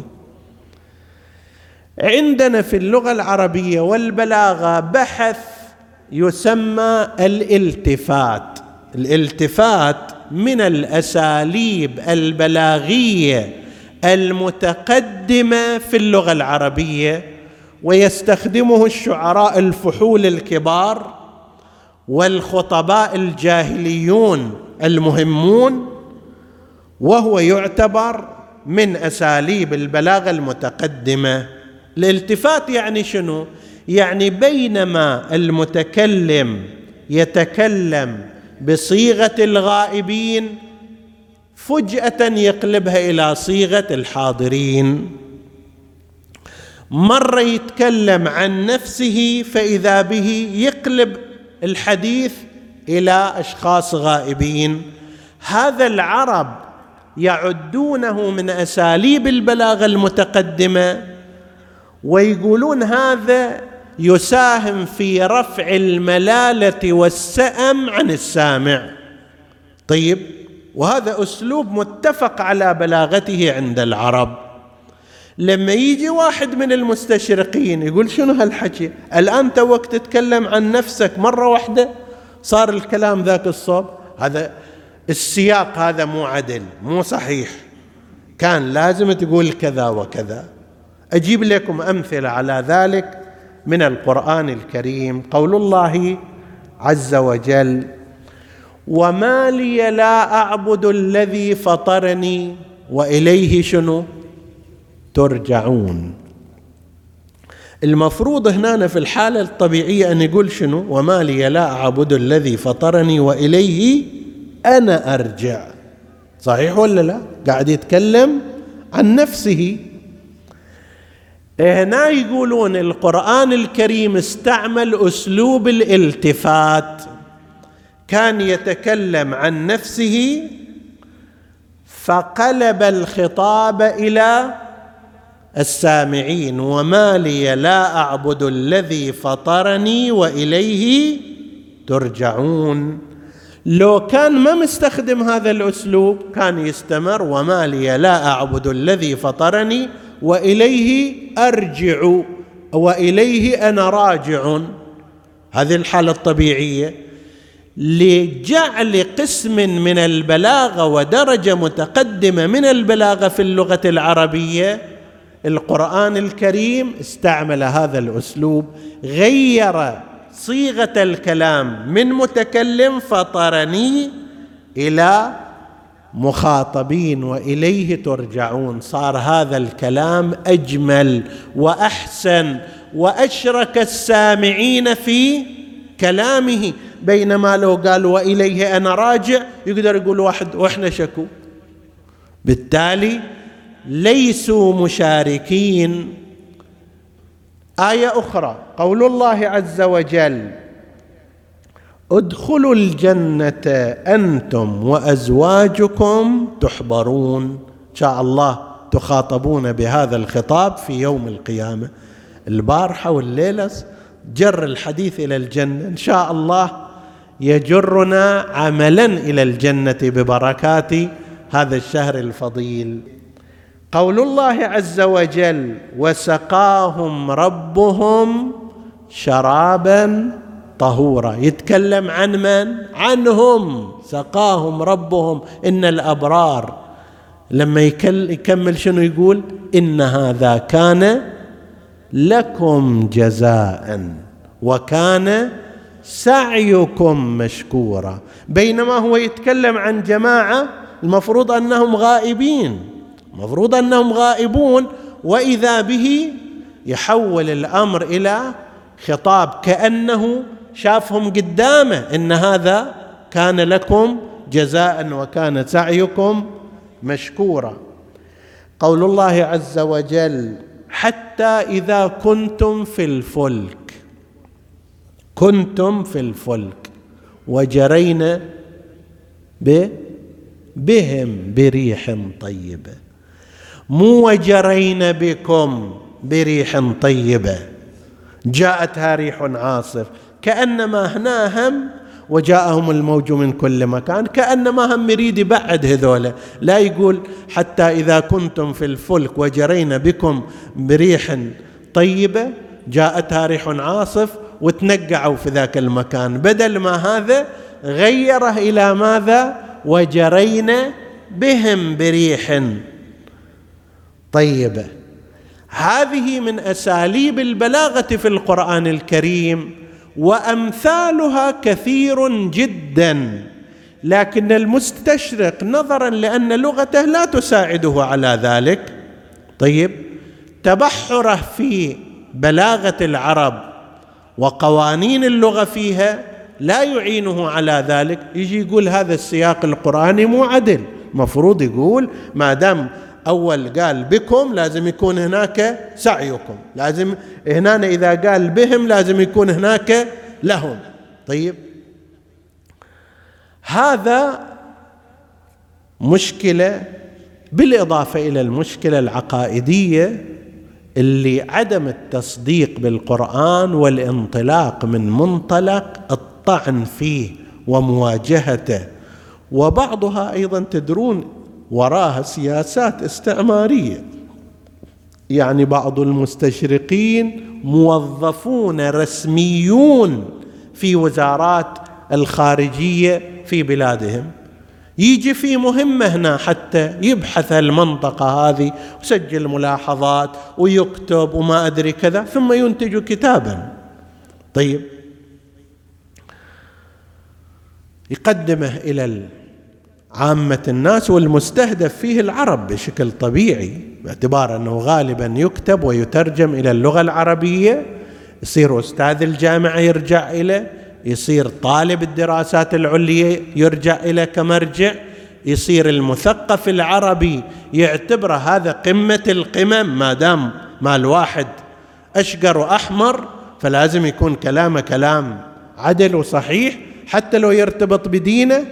عندنا في اللغة العربية والبلاغة بحث يسمى الالتفات. الالتفات من الأساليب البلاغية المتقدمة في اللغة العربية، ويستخدمه الشعراء الفحول الكبار والخطباء الجاهليون المهمون، وهو يعتبر من أساليب البلاغة المتقدمة. الالتفات يعني شنو؟ يعني بينما المتكلم يتكلم بصيغة الغائبين، فجأة يقلبها إلى صيغة الحاضرين. مرة يتكلم عن نفسه فإذا به يقلب الحديث إلى أشخاص غائبين. هذا العرب يعدونه من أساليب البلاغة المتقدمة، ويقولون هذا يساهم في رفع الملالة والسأم عن السامع. طيب، وهذا أسلوب متفق على بلاغته عند العرب. لما يجي واحد من المستشرقين يقول شنو هالحكي؟ الآن توك تتكلم عن نفسك مرة واحدة صار الكلام ذاك الصوب، هذا السياق هذا مو عدل، مو صحيح، كان لازم تقول كذا وكذا. أجيب لكم أمثلة على ذلك من القرآن الكريم. قول الله عز وجل: وما لي لا أعبد الذي فطرني وإليه شنو ترجعون. المفروض هنا في الحالة الطبيعية أن يقول شنو؟ وما لي لا أعبد الذي فطرني وإليه أنا أرجع. صحيح ولا لا؟ قاعد يتكلم عن نفسه. هنا يقولون القرآن الكريم استعمل أسلوب الالتفات، كان يتكلم عن نفسه فقلب الخطاب إلى السامعين: وما لي لا أعبد الذي فطرني وإليه ترجعون. لو كان ما مستخدم هذا الأسلوب كان يستمر: وما لي لا أعبد الذي فطرني وإليه أرجع وإليه أنا راجع. هذه الحالة الطبيعية. لجعل قسم من البلاغة ودرجة متقدمة من البلاغة في اللغة العربية، القرآن الكريم استعمل هذا الأسلوب، غير صيغة الكلام من متكلم فطرني إلى مخاطبين وإليه ترجعون. صار هذا الكلام أجمل وأحسن وأشرك السامعين في كلامه، بينما لو قال وإليه أنا راجع يقدر يقول واحد وإحنا شكو. بالتالي ليسوا مشاركين. آية أخرى قول الله عز وجل: ادخلوا الجنة أنتم وأزواجكم تحبرون. إن شاء الله تخاطبون بهذا الخطاب في يوم القيامة. البارحة والليلة جر الحديث إلى الجنة، إن شاء الله يجرنا عملا إلى الجنة ببركات هذا الشهر الفضيل. قول الله عز وجل: وسقاهم ربهم شرابا طهورا. يتكلم عن من؟ عنهم. سقاهم ربهم. إن الأبرار لما يكمل شنو يقول؟ إن هذا كان لكم جزاء وكان سعيكم مشكورا. بينما هو يتكلم عن جماعة المفروض أنهم غائبون، وإذا به يحول الأمر إلى خطاب كأنه شافهم قدامه، إن هذا كان لكم جزاء وكان سعيكم مشكورا. قول الله عز وجل: حتى إذا كنتم في الفلك وجرينا بهم بريح طيبة، مو وجرينا بكم بريح طيبة جاءتها ريح عاصف، كأنما هنا هم وجاءهم الموج من كل مكان، كأنما هم يريد يبعد هذولا. لا يقول حتى إذا كنتم في الفلك وجرينا بكم بريح طيبة جاءتها ريح عاصف وتنقعوا في ذاك المكان، بدل ما هذا غيره إلى ماذا؟ وجرينا بهم بريح طيبة. هذه من أساليب البلاغة في القرآن الكريم، وأمثالها كثير جدا، لكن المستشرق نظرا لأن لغته لا تساعده على ذلك، تبحره في بلاغة العرب وقوانين اللغة فيها لا يعينه على ذلك، يجي يقول هذا السياق القرآني مو عدل، مفروض يقول ما دام أول قال بكم لازم يكون هناك سعيكم، لازم هنا إذا قال بهم لازم يكون هناك لهم. هذا مشكلة، بالإضافة إلى المشكلة العقائدية اللي عدم التصديق بالقرآن والانطلاق من منطلق الطعن فيه ومواجهته، وبعضها أيضا تدرون وراها سياسات استعمارية. يعني بعض المستشرقين موظفون رسميون في وزارات الخارجية في بلادهم، يجي في مهمة هنا حتى يبحث المنطقة هذه ويسجل ملاحظات ويكتب وما أدري كذا، ثم ينتج كتابا يقدمه إلى عامة الناس، والمستهدف فيه العرب بشكل طبيعي، باعتبار أنه غالبا يكتب ويترجم إلى اللغة العربية. يصير أستاذ الجامعة يرجع إليه، يصير طالب الدراسات العليا يرجع إليه كمرجع، يصير المثقف العربي يعتبر هذا قمة القمم، ما دام ما الواحد أشقر وأحمر فلازم يكون كلامه كلام عدل وصحيح حتى لو يرتبط بدينه.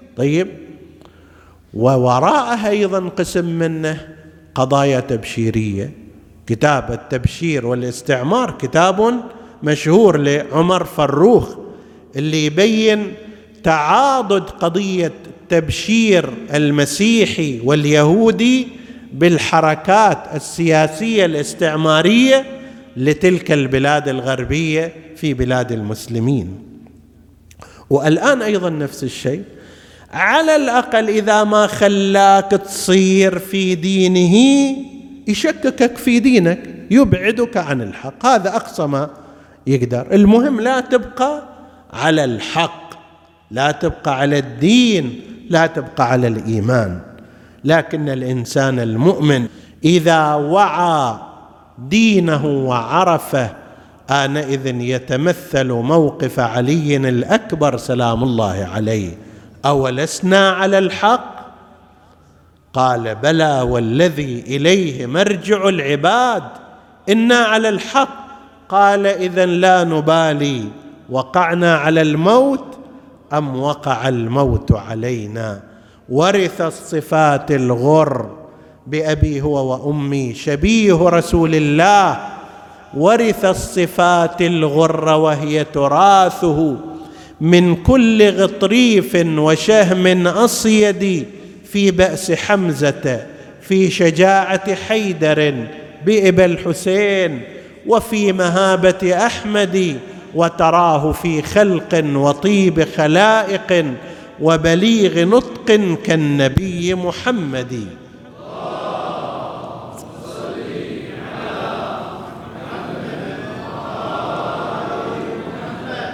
ووراءها أيضا قسم منه قضايا تبشيرية. كتاب التبشير والاستعمار كتاب مشهور لعمر فروخ، اللي يبين تعاضد قضية التبشير المسيحي واليهودي بالحركات السياسية الاستعمارية لتلك البلاد الغربية في بلاد المسلمين. والآن أيضا نفس الشيء، على الأقل إذا ما خلاك تصير في دينه يشككك في دينك، يبعدك عن الحق، هذا أقصى ما يقدر. المهم لا تبقى على الحق، لا تبقى على الدين، لا تبقى على الإيمان. لكن الإنسان المؤمن إذا وعى دينه وعرفه آنئذ يتمثل موقف علي الأكبر سلام الله عليه: أولسنا على الحق؟ قال: بلى والذي إليه مرجع العباد، إنا على الحق. قال: إذن لا نبالي وقعنا على الموت أم وقع الموت علينا. ورث الصفات الغر بأبي هو وأمي شبيه رسول الله، ورث الصفات الغر وهي تراثه من كل غطريف وشهم أصيد، في بأس حمزة، في شجاعة حيدر بإبا الحسين، وفي مهابة أحمد، وتراه في خلق وطيب خلائق وبليغ نطق كالنبي محمد.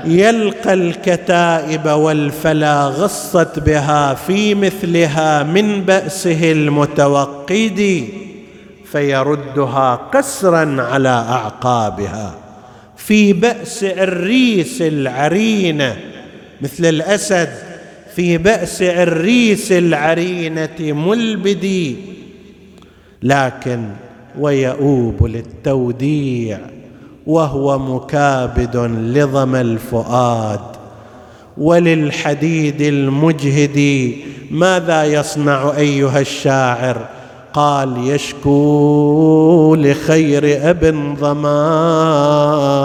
يلقى الكتائب والفلا غصت بها في مثلها من بأسه المتوقد، فيردها قسرا على أعقابها. في بأس الريس العرينة مثل الأسد، في بأس الريس العرينة ملبدي، لكن ويؤوب للتوديع وهو مكابد لظم الفؤاد. وللحديد المجهد ماذا يصنع أيها الشاعر؟ قال يشكو لخير أب ظماه،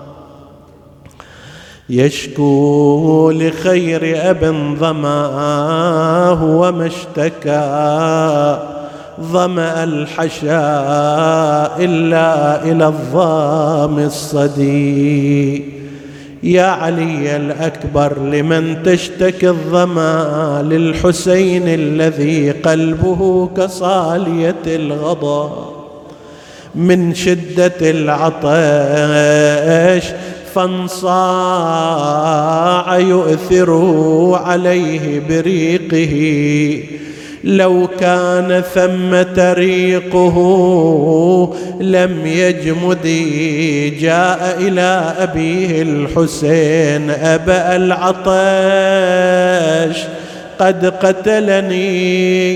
يشكو لخير أب ظماه، وما اشتكى ظمأ الحشاء إلا إلى الظام الصدي. يا علي الأكبر لمن تشتكي الظمأ؟ للحسين الذي قلبه كصالية الغضا من شدة العطش، فانصاع يؤثر عليه بريقه. لو كان ثمة ريقه لم يجمد، جاء إلى أبيه الحسين أبا العطش قد قتلني،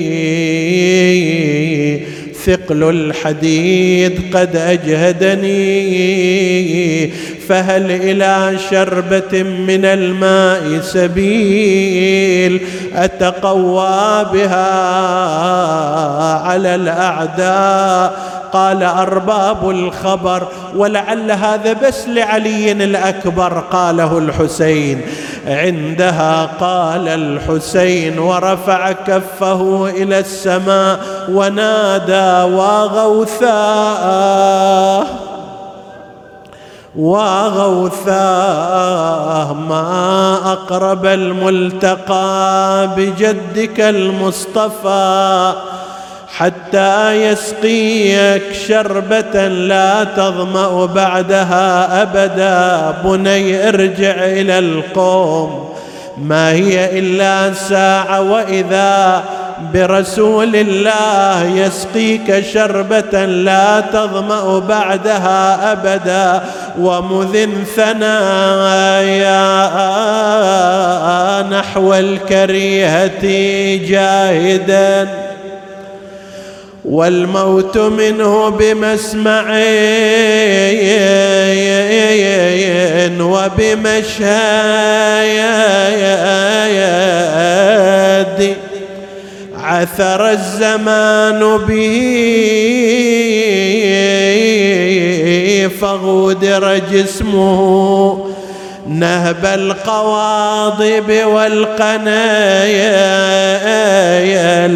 ثقل الحديد قد أجهدني، فهل إلى شربة من الماء سبيل أتقوى بها على الأعداء؟ قال أرباب الخبر، ولعل هذا بس لعلي الأكبر، قاله الحسين. عندها قال الحسين ورفع كفه إلى السماء ونادى واغوثاه واغوثاه، ما أقرب الملتقى بجدك المصطفى، حتى يسقيك شربة لا تظمأ بعدها أبدا. بني ارجع إلى القوم، ما هي إلا ساعة وإذا برسول الله يسقيك شربة لا تظمأ بعدها أبدا. ومذ ثنايا نحو الكريهة جاهدا، والموت منه بمسمع وبمشهد، عثر الزمان به فغودر جسمه، نهب القواضب والقنايا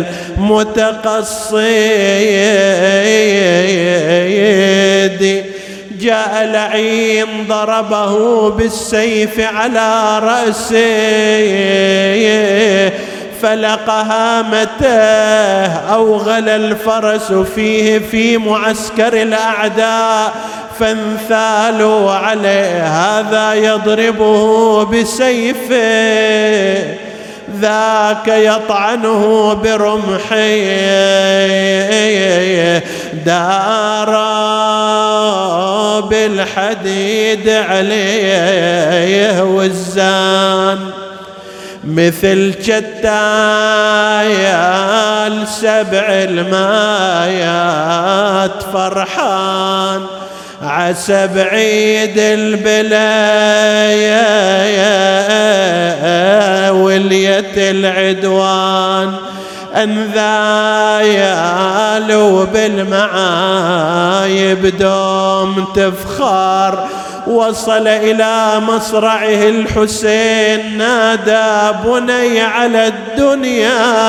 المتقصد. جاء لعين ضربه بالسيف على رأسه، فلق هامته، أوغل الفرس فيه في معسكر الأعداء، فانثالوا عليه، هذا يضربه بسيفه، ذاك يطعنه برمحه، دارا بالحديد عليه وزان، مثل شتايا السبع المايات فرحان، عسى بعيد البلايا ولية العدوان، أنذايا لو بالمعايب دوم تفخر. وصل إلى مصرعه الحسين نادى بني على الدنيا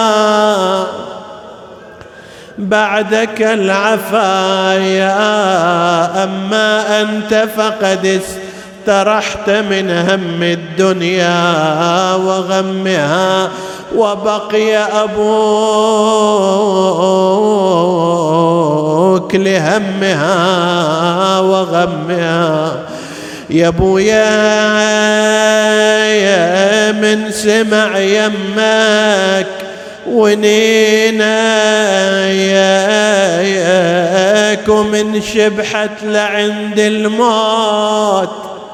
بعدك العفايا، أما أنت فقد استرحت من هم الدنيا وغمها، وبقي أبوك لهمها وغمها. يا ابويا يا من سمع يمك ونينا ياك ومن شبحت لعند الموت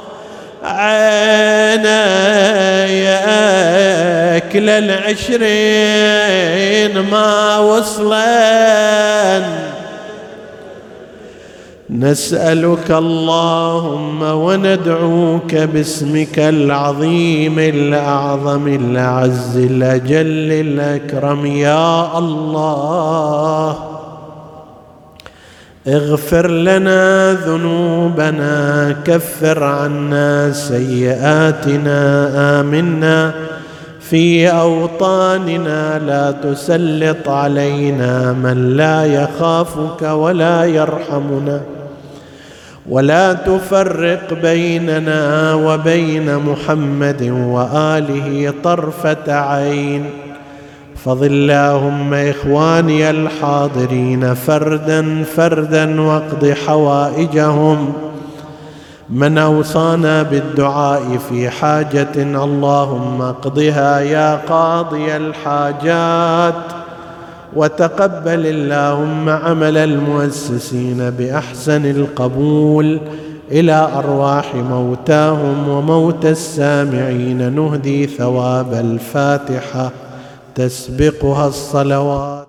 عينيك لل20 ما وصلن. نسألك اللهم وندعوك باسمك العظيم الأعظم الأعز الأجل الأكرم يا الله، اغفر لنا ذنوبنا، كفر عنا سيئاتنا، آمنا في أوطاننا، لا تسلط علينا من لا يخافك ولا يرحمنا، ولا تفرق بيننا وبين محمد وآله طرفة عين. فضل اللهم إخواني الحاضرين فردا فردا واقض حوائجهم. من أوصانا بالدعاء في حاجة اللهم اقضها يا قاضي الحاجات، وتقبل اللهم عمل المؤسسين بأحسن القبول. إلى أرواح موتاهم وموتى السامعين نهدي ثواب الفاتحة تسبقها الصلوات.